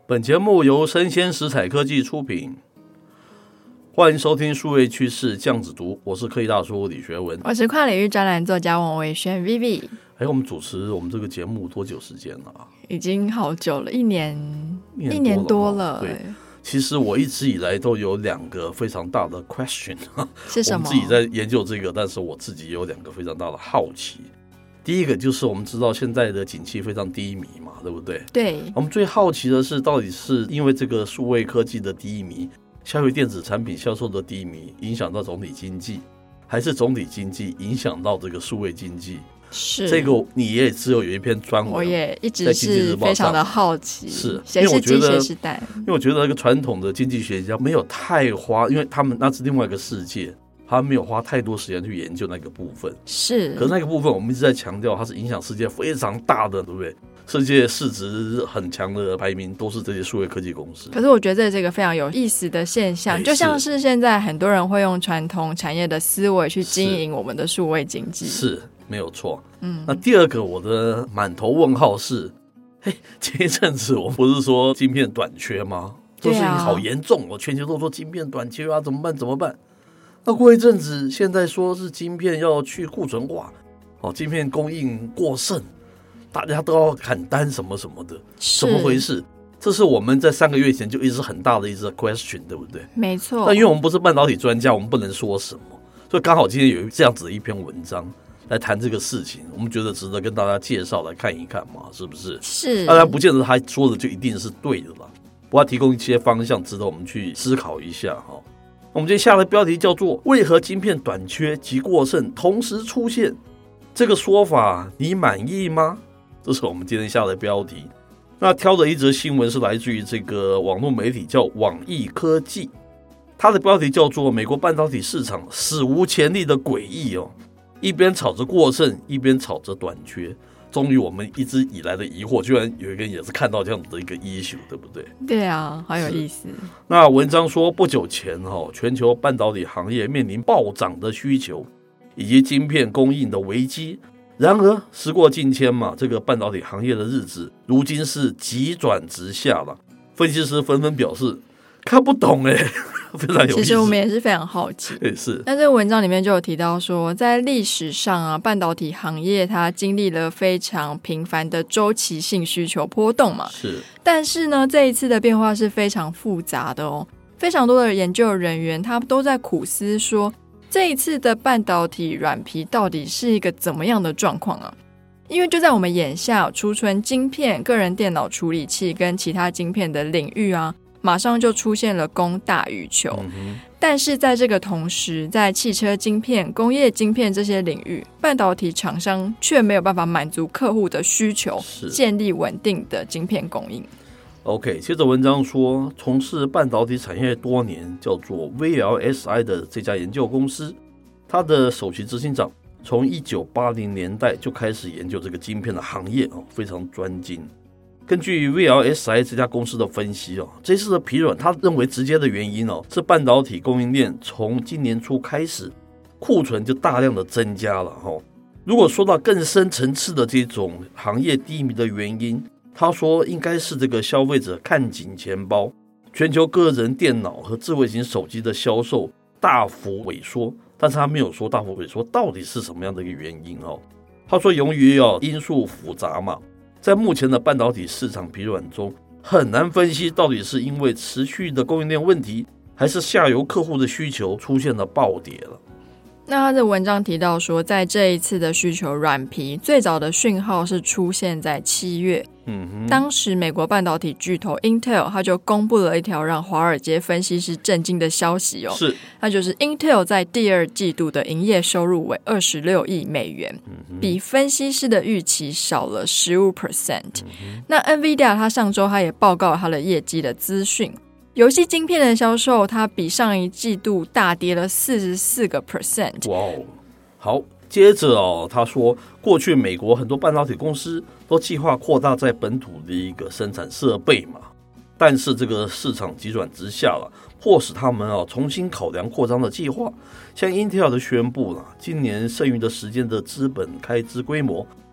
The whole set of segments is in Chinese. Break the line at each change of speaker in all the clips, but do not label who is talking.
本节目由生鲜食材科技出品，欢迎收听数位趋势酱子读，我是科技大叔李学文，
我是跨领域专栏作家王维轩 Vivi。
我们主持我们这个节目多久时间了？
已经好久了，一年多了。
对，其实我一直以来都有两个非常大的 question，
是什么？
我们自己在研究这个，但是我自己有两个非常大的好奇。第一个就是我们知道现在的景气非常低迷嘛，对不对？
对。
我们最好奇的是，到底是因为这个数位科技的低迷，消费电子产品销售的低迷影响到总体经济，还是总体经济影响到这个数位经济？
是
这个你也只有一篇专文，
我也一直是非常的好奇，
是
谁是鸡谁是蛋？
因为我觉得那个传统的经济学家没有太花，因为他们那是另外一个世界，他没有花太多时间去研究那个部分。
是，
可是那个部分我们一直在强调，它是影响世界非常大的，对不对？世界市值很强的排名都是这些数位科技公司。
可是我觉得这是一个非常有意思的现象，就像是现在很多人会用传统产业的思维去经营我们的数位经济，
是没有错。那第二个我的满头问号是，前一阵子我们不是说晶片短缺吗？这事情好严重哦，全球都说晶片短缺啊，怎么办？那过一阵子，现在说是晶片要去库存化，晶片供应过剩，大家都要砍单什么什么的，怎么回事？这是我们在3个月前就一直很大的一个 question， 对不对？
没错。
但因为我们不是半导体专家，我们不能说什么，所以刚好今天有这样子的一篇文章来谈这个事情，我们觉得值得跟大家介绍来看一看嘛，是不是？
是。
当然不见得他说的就一定是对的啦，不过提供一些方向，值得我们去思考一下哈。我们今天下的标题叫做为何晶片短缺及过剩同时出现，这个说法你满意吗？这是我们今天下的标题。那挑的一则新闻是来自于这个网络媒体叫网易科技，它的标题叫做美国半导体市场史无前例的诡异哦，一边吵着过剩，一边吵着短缺。终于我们一直以来的疑惑，居然有一个人也是看到这样子的一个 issue， 对不对？
对啊，好有意思。
那文章说，不久前全球半导体行业面临暴涨的需求以及晶片供应的危机。然而时过境迁嘛，这个半导体行业的日子如今是急转直下了。分析师纷纷表示看不懂非常有意思。
其实我们也是非常好奇，
是。
那这个文章里面就有提到说，在历史上啊，半导体行业它经历了非常频繁的周期性需求波动嘛。
是。
但是呢，这一次的变化是非常复杂的哦，非常多的研究人员他都在苦思说，这一次的半导体软皮到底是一个怎么样的状况啊？因为就在我们眼下，储存晶片、个人电脑处理器跟其他晶片的领域啊，马上就出现了供大于求。但是在这个同时，在汽车晶片、工业晶片这些领域，半导体厂商却没有办法满足客户的需求，建立稳定的晶片供应。
OK， 接着文章说，从事半导体产业多年叫做 VLSI 的这家研究公司，它的首席执行长从1980年代就开始研究这个晶片的行业，非常专精。根据 VLSI 这家公司的分析，这次的疲软他认为直接的原因是半导体供应链从今年初开始库存就大量的增加了。如果说到更深层次的这种行业低迷的原因，他说应该是这个消费者看紧钱包，全球个人电脑和智慧型手机的销售大幅萎缩，但是他没有说大幅萎缩到底是什么样的一个原因。他说由于因素复杂嘛，在目前的半导体市场疲软中，很难分析到底是因为持续的供应链问题，还是下游客户的需求出现了暴跌了。
那他的文章提到说，在这一次的需求软皮最早的讯号是出现在7月，当时美国半导体巨头 Intel 他就公布了一条让华尔街分析师震惊的消息
是，
那就是 Intel 在第2季度的营业收入为26亿美元，比分析师的预期少了 15%。那 NVIDIA 他上周他也报告了他的业绩的资讯，游戏晶片的销售它比上一季度大跌了 44%。
哇，好，接着他说过去美国很多半导体公司都计划扩大在本土的一个生产设备嘛，但是这个市场急转直下了，迫使他们重新考量扩张的计划。像 Intel 的宣布今年剩余的时间的资本开支规模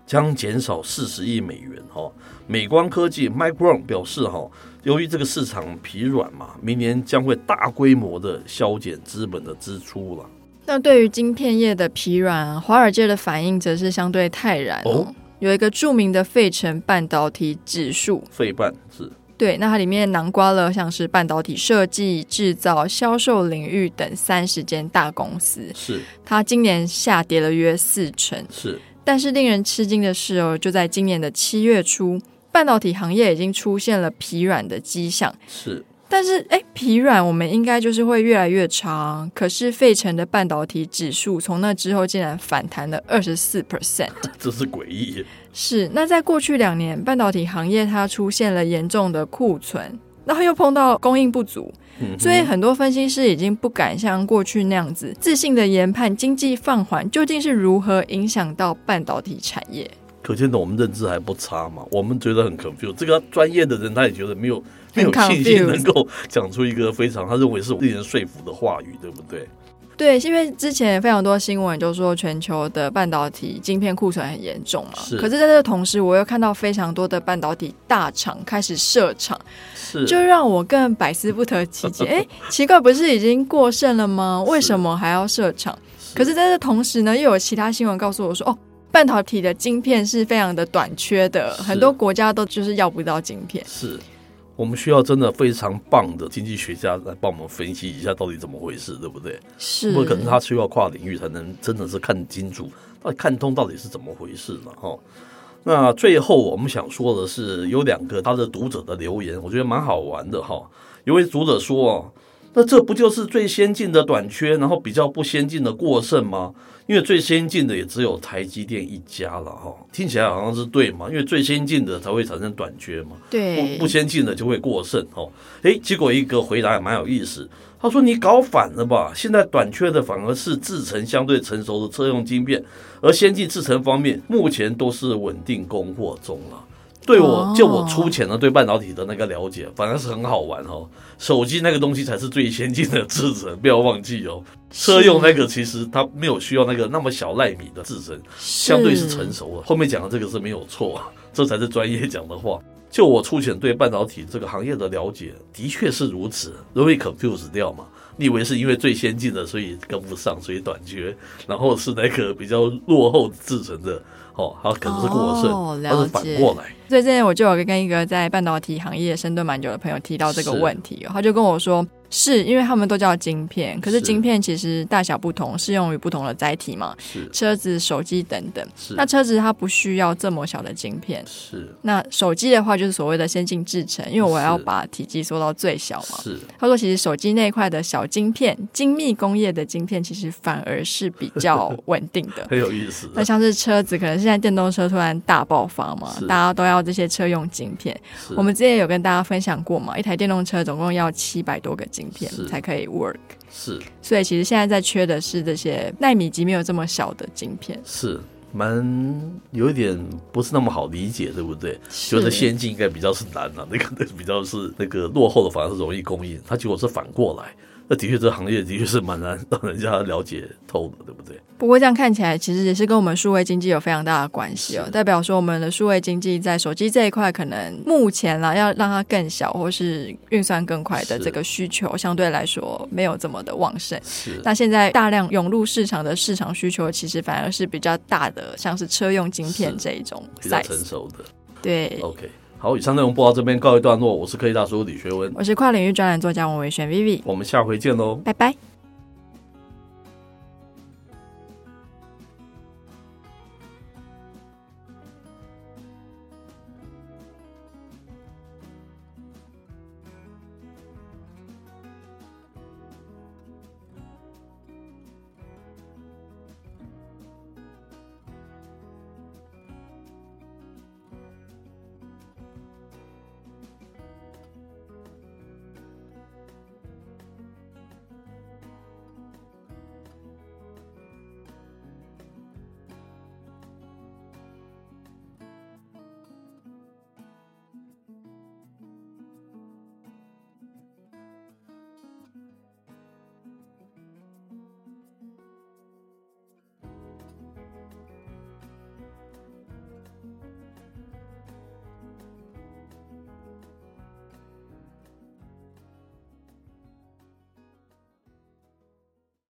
将减少40亿美元。美光科技 Micron 表示，由于这个市场疲软嘛，明年将会大规模的削减资本的支出了。
那对于晶片业的疲软，华尔街的反应则是相对泰然有一个著名的费城半导体指数，
费半是
对，那它里面囊括了像是半导体设计、制造、销售领域等30间大公司，
是
它今年下跌了约40%，
是。
但是令人吃惊的是就在今年的7月初，半导体行业已经出现了疲软的迹象，
是。
但是疲软我们应该就是会越来越差，可是费城的半导体指数从那之后竟然反弹了24%，
这是诡异。
是，那在过去2年，半导体行业它出现了严重的库存，然后又碰到供应不足，所以很多分析师已经不敢像过去那样子自信的研判经济放缓究竟是如何影响到半导体产业。
可见的我们认知还不差嘛，我们觉得很 confused， 这个专业的人他也觉得没有信心能够讲出一个非常他认为是令人说服的话语，对不对？
对，因为之前非常多新闻就说全球的半导体晶片库存很严重嘛，可是在这个同时我又看到非常多的半导体大厂开始设厂，就让我更百思不得其解。奇怪，不是已经过剩了吗？为什么还要设厂？可是在这同时呢，又有其他新闻告诉我说半导体的晶片是非常的短缺的，很多国家都就是要不到晶片。是，
我们需要真的非常棒的经济学家来帮我们分析一下到底怎么回事，对不对？
是，
不过可能他需要跨领域才能真的是看清楚，到底看通到底是怎么回事了。那最后我们想说的是，有2个他的读者的留言，我觉得蛮好玩的。有位读者说，那这不就是最先进的短缺，然后比较不先进的过剩吗？因为最先进的也只有台积电一家了听起来好像是对嘛，因为最先进的才会产生短缺嘛，
对，
不先进的就会过剩结果一个回答也蛮有意思，他说你搞反了吧，现在短缺的反而是制程相对成熟的车用晶片，而先进制程方面目前都是稳定供货中了。就我粗浅的对半导体的那个了解，反而是很好玩手机那个东西才是最先进的制程，不要忘记车用那个其实它没有需要那么小奈米的制程，相对是成熟了。后面讲的这个是没有错这才是专业讲的话。就我粗浅对半导体这个行业的了解，的确是如此，容易 confuse 掉嘛。你以为是因为最先进的所以跟不上，所以短缺，然后是那个比较落后制程的它可能是过剩，它是反过来。
最近我就有跟一个在半导体行业深蹲蛮久的朋友提到这个问题他就跟我说，是因为他们都叫晶片，可是晶片其实大小不同，适用于不同的载体嘛，车子、手机等等。那车子它不需要这么小的晶片，那手机的话就是所谓的先进制程，因为我要把体积缩到最小嘛。他说其实手机那一块的小晶片，精密工业的晶片其实反而是比较稳定的
很有意思。
那像是车子，可能现在电动车突然大爆发嘛，大家都要这些车用晶片。我们之前有跟大家分享过嘛，一台电动车总共要700多个晶片才可以 work。所以其实现在在缺的是这些奈米级没有这么小的晶片。
是有一点不是那么好理解，对不对？觉得先进应该比较是难那个比较是那个落后的反而是容易供应，它结果是反过来。那的确这个行业的确是蛮难让人家了解透的，对不对？
不过这样看起来其实也是跟我们数位经济有非常大的关系代表说我们的数位经济在手机这一块可能目前要让它更小或是运算更快的这个需求相对来说没有这么的旺盛。那现在大量涌入市场的市场需求其实反而是比较大的，像是车用晶片这一种 size
比较成熟的。
对
OK， 好，以上内容播到这边告一段落，我是科技大叔李学文，
我是跨领域专栏作家王维璇 Vivi，
我们下回见喽，
拜拜。